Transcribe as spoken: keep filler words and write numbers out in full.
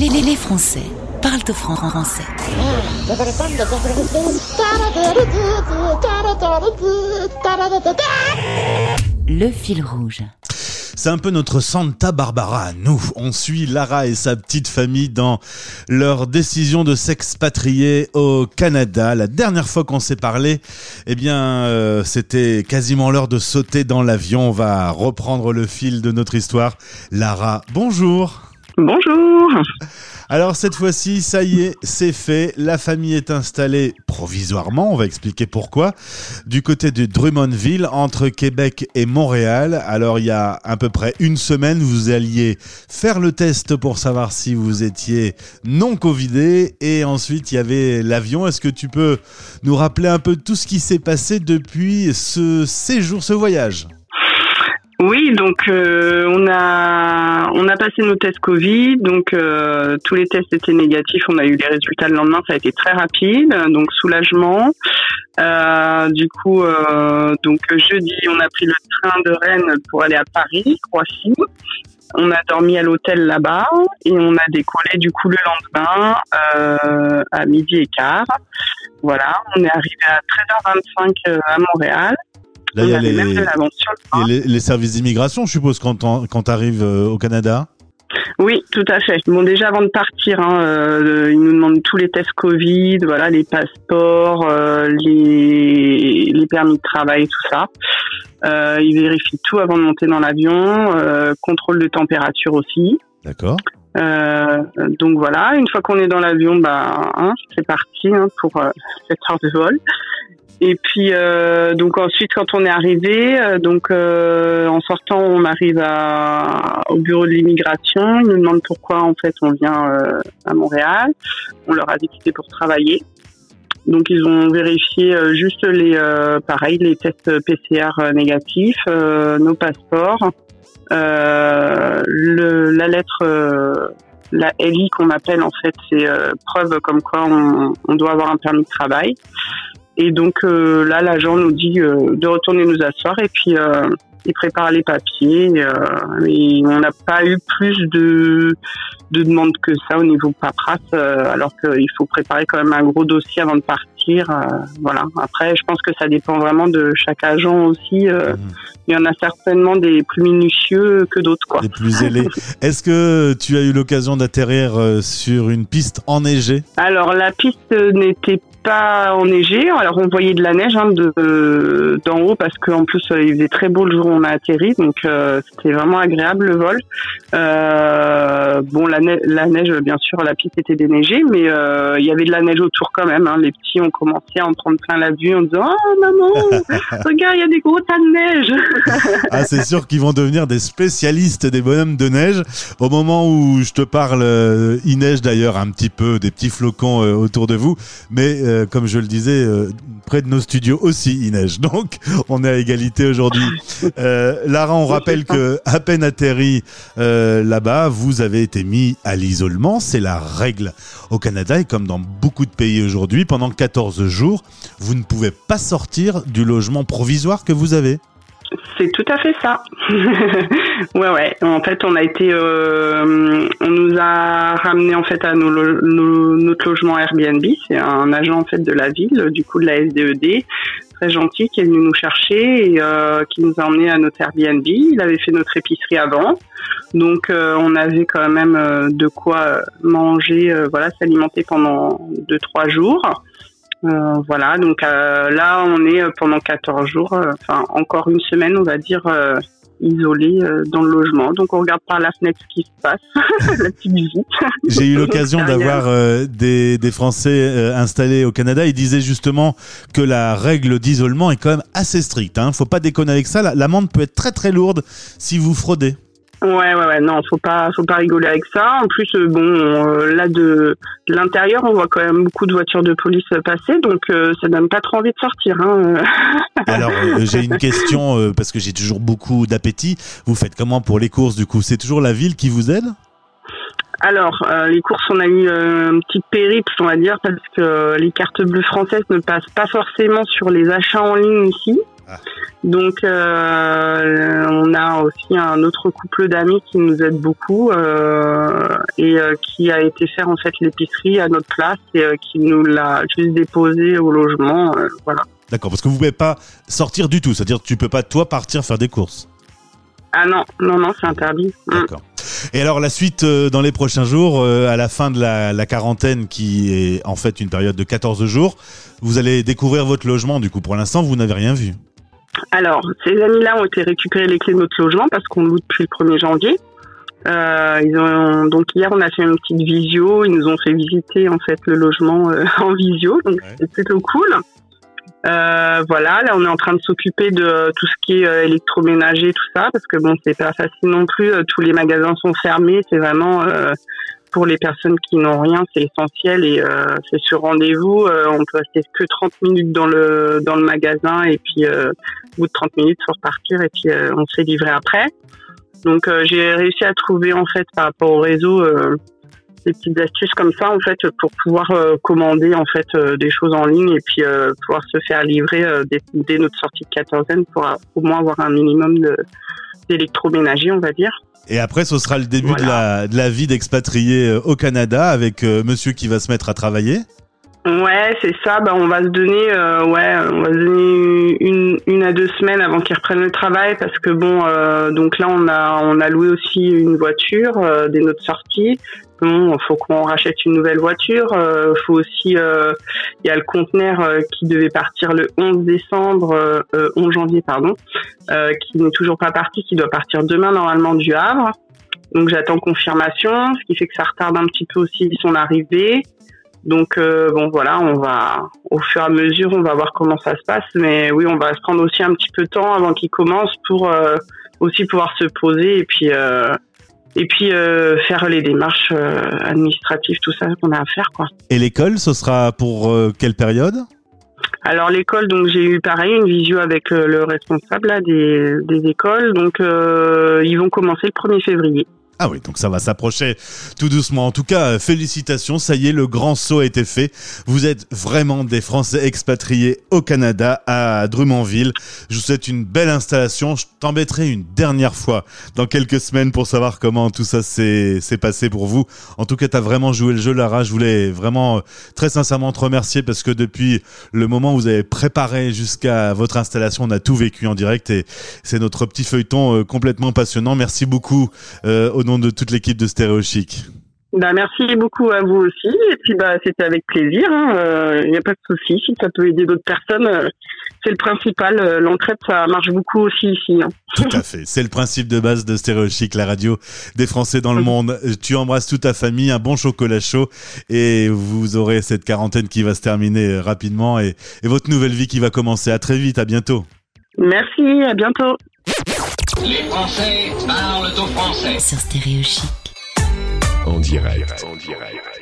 Les, les, les Français parlent au français. Le fil rouge. C'est un peu notre Santa Barbara. Nous, on suit Lara et sa petite famille dans leur décision de s'expatrier au Canada. La dernière fois qu'on s'est parlé, eh bien, euh, c'était quasiment l'heure de sauter dans l'avion. On va reprendre le fil de notre histoire. Lara, bonjour. Bonjour. Alors cette fois-ci, ça y est, c'est fait. La famille est installée provisoirement, on va expliquer pourquoi, du côté de Drummondville, entre Québec et Montréal. Alors il y a à peu près une semaine, vous alliez faire le test pour savoir si vous étiez non covidé, et ensuite il y avait l'avion. Est-ce que tu peux nous rappeler un peu tout ce qui s'est passé depuis ce séjour, ce voyage ? Oui, donc euh, on a on a passé nos tests Covid, donc euh, tous les tests étaient négatifs, on a eu les résultats le lendemain, ça a été très rapide, donc soulagement. Euh, du coup, euh, donc jeudi, on a pris le train de Rennes pour aller à Paris, Roissy. On a dormi à l'hôtel là-bas et on a décollé du coup le lendemain euh, à midi et quart. Voilà, on est arrivé à treize heures vingt-cinq à Montréal. Là, il y a les, les, les services d'immigration, je suppose, quand, quand tu arrives au Canada. Oui, tout à fait. Bon, déjà avant de partir, hein, euh, ils nous demandent tous les tests Covid, voilà, les passeports, euh, les, les permis de travail, tout ça. Euh, ils vérifient tout avant de monter dans l'avion, euh, contrôle de température aussi. D'accord. Euh, donc voilà, une fois qu'on est dans l'avion, bah, hein, c'est parti hein, pour euh, sept heures de vol. Et puis euh, donc ensuite quand on est arrivé, euh, donc euh, en sortant on arrive à, au bureau de l'immigration, ils nous demandent pourquoi en fait on vient euh, à Montréal. On leur a dit que c'était pour travailler. Donc ils ont vérifié euh, juste les euh, pareil les tests P C R négatifs, euh, nos passeports, euh, le, la lettre. Euh, La L I qu'on appelle en fait, c'est euh, preuve comme quoi on, on doit avoir un permis de travail. Et donc euh, là, l'agent nous dit euh, de retourner nous asseoir et puis euh, il prépare les papiers. Euh, et on n'a pas eu plus de, de demandes que ça au niveau paperasse, euh, alors qu'il faut préparer quand même un gros dossier avant de partir. Euh, voilà. Après, je pense que ça dépend vraiment de chaque agent aussi. Euh, mmh. Il y en a certainement des plus minutieux que d'autres, quoi. Des plus ailés. Est-ce que tu as eu l'occasion d'atterrir sur une piste enneigée ? Alors, la piste n'était pas enneigée. Alors, on voyait de la neige hein, de, euh, d'en haut parce qu'en plus, euh, il faisait très beau le jour où on a atterri. Donc, euh, c'était vraiment agréable le vol. Euh, bon, la, ne- la neige, bien sûr, la piste était déneigée, mais euh, il y avait de la neige autour quand même. Hein. Les petits ont commencé à en prendre plein la vue en disant « Oh, maman, regarde, il y a des gros tas de neige !» Ah, c'est sûr qu'ils vont devenir des spécialistes des bonhommes de neige. Au moment où je te parle, euh, il neige d'ailleurs un petit peu, des petits flocons euh, autour de vous. Mais euh, comme je le disais, euh, près de nos studios aussi, il neige. Donc, on est à égalité aujourd'hui. Euh, Lara, on rappelle que à peine atterri euh, là-bas, vous avez été mis à l'isolement. C'est la règle au Canada et comme dans beaucoup de pays aujourd'hui, pendant quatorze jours, vous ne pouvez pas sortir du logement provisoire que vous avez. C'est tout à fait ça. ouais, ouais. En fait, on a été, euh, on nous a ramené en fait à nos, nos, notre logement Airbnb. C'est un agent en fait de la ville, du coup de la S D E D, très gentil, qui est venu nous chercher et euh, qui nous a emmenés à notre Airbnb. Il avait fait notre épicerie avant, donc euh, on avait quand même euh, de quoi manger, euh, voilà, s'alimenter pendant deux trois jours. Euh, voilà, donc euh, là on est pendant quatorze jours, euh, enfin encore une semaine on va dire euh, isolé euh, dans le logement. Donc on regarde par la fenêtre ce qui se passe, la petite visite. J'ai eu l'occasion d'avoir euh, des, des Français euh, installés au Canada. Ils disaient justement que la règle d'isolement est quand même assez stricte. Hein. Faut pas déconner avec ça. L'amende peut être très très lourde si vous fraudez. Ouais, ouais, ouais, non, faut pas, faut pas rigoler avec ça. En plus, euh, bon, euh, là de, de l'intérieur, on voit quand même beaucoup de voitures de police passer, donc euh, ça donne pas trop envie de sortir. Hein. Alors, euh, j'ai une question euh, parce que j'ai toujours beaucoup d'appétit. Vous faites comment pour les courses du coup ? C'est toujours la ville qui vous aide ? Alors, euh, les courses, on a eu euh, un petit périple, on va dire, parce que les cartes bleues françaises ne passent pas forcément sur les achats en ligne ici. Ah. Donc, euh, on a aussi un autre couple d'amis qui nous aide beaucoup euh, et euh, qui a été faire en fait l'épicerie à notre place et euh, qui nous l'a juste déposé au logement. Euh, voilà. D'accord, parce que vous pouvez pas sortir du tout, c'est-à-dire que tu peux pas toi partir faire des courses. Ah non, non, non, c'est interdit. D'accord. Et alors la suite euh, dans les prochains jours, euh, à la fin de la, la quarantaine qui est en fait une période de quatorze jours, vous allez découvrir votre logement. Du coup, pour l'instant, vous n'avez rien vu. Alors, ces amis-là ont été récupérer les clés de notre logement parce qu'on loue depuis le premier janvier. Euh, ils ont, donc hier, on a fait une petite visio. Ils nous ont fait visiter en fait le logement euh, en visio, donc ouais. C'est plutôt cool. Euh, voilà, là, on est en train de s'occuper de tout ce qui est euh, électroménager, tout ça, parce que bon, c'est pas facile non plus. Euh, tous les magasins sont fermés. C'est vraiment euh, pour les personnes qui n'ont rien, c'est essentiel et euh, c'est sur rendez-vous. Euh, on peut rester que trente minutes dans le dans le magasin et puis euh, au bout de trente minutes, faut repartir et puis euh, on se fait livrer après. Donc euh, j'ai réussi à trouver en fait par rapport au réseau euh, des petites astuces comme ça en fait pour pouvoir euh, commander en fait euh, des choses en ligne et puis euh, pouvoir se faire livrer euh, dès, dès notre sortie de quatorzaine pour euh, au moins avoir un minimum de d'électroménager, on va dire. Et après, ce sera le début voilà. de la de la vie d'expatrié au Canada avec euh, monsieur qui va se mettre à travailler. Ouais, c'est ça. Bah, on va se donner, euh, ouais, on va se donner une, une à deux semaines avant qu'ils reprennent le travail, parce que bon, euh, donc là, on a, on a loué aussi une voiture euh, dès notre sortie. Bon, faut qu'on rachète une nouvelle voiture. Euh, faut aussi, il euh, y a le conteneur euh, qui devait partir le onze décembre, euh, onze janvier, pardon, euh, qui n'est toujours pas parti, qui doit partir demain normalement du Havre. Donc j'attends confirmation, ce qui fait que ça retarde un petit peu aussi son arrivée. Donc euh, bon voilà, on va au fur et à mesure, on va voir comment ça se passe. Mais oui, on va se prendre aussi un petit peu de temps avant qu'il commence pour euh, aussi pouvoir se poser et puis euh, et puis euh, faire les démarches euh, administratives, tout ça qu'on a à faire quoi. Et l'école, ce sera pour euh, quelle période ? Alors l'école, donc j'ai eu pareil une visio avec euh, le responsable là, des des écoles. Donc euh, ils vont commencer le premier février. Ah oui, donc ça va s'approcher tout doucement. En tout cas, félicitations, ça y est, le grand saut a été fait. Vous êtes vraiment des Français expatriés au Canada, à Drummondville. Je vous souhaite une belle installation. Je t'embêterai une dernière fois dans quelques semaines pour savoir comment tout ça s'est, s'est passé pour vous. En tout cas, t'as vraiment joué le jeu, Lara. Je voulais vraiment très sincèrement te remercier parce que depuis le moment où vous avez préparé jusqu'à votre installation, on a tout vécu en direct et c'est notre petit feuilleton complètement passionnant. Merci beaucoup euh, au nom de toute l'équipe de Stéréo Chic. Bah, merci beaucoup à vous aussi. Et puis, bah, c'était avec plaisir. Il hein. euh, n'y a pas de souci. Si ça peut aider d'autres personnes, euh, c'est le principal. Euh, l'entraide, ça marche beaucoup aussi ici. Hein. Tout à fait. C'est le principe de base de Stéréo Chic, la radio des Français dans le monde. Tu embrasses toute ta famille, un bon chocolat chaud et vous aurez cette quarantaine qui va se terminer rapidement et, et votre nouvelle vie qui va commencer. À très vite. À bientôt. Merci. À bientôt. Les Français parlent au français. Sur Stéréo Chic. En direct. En direct.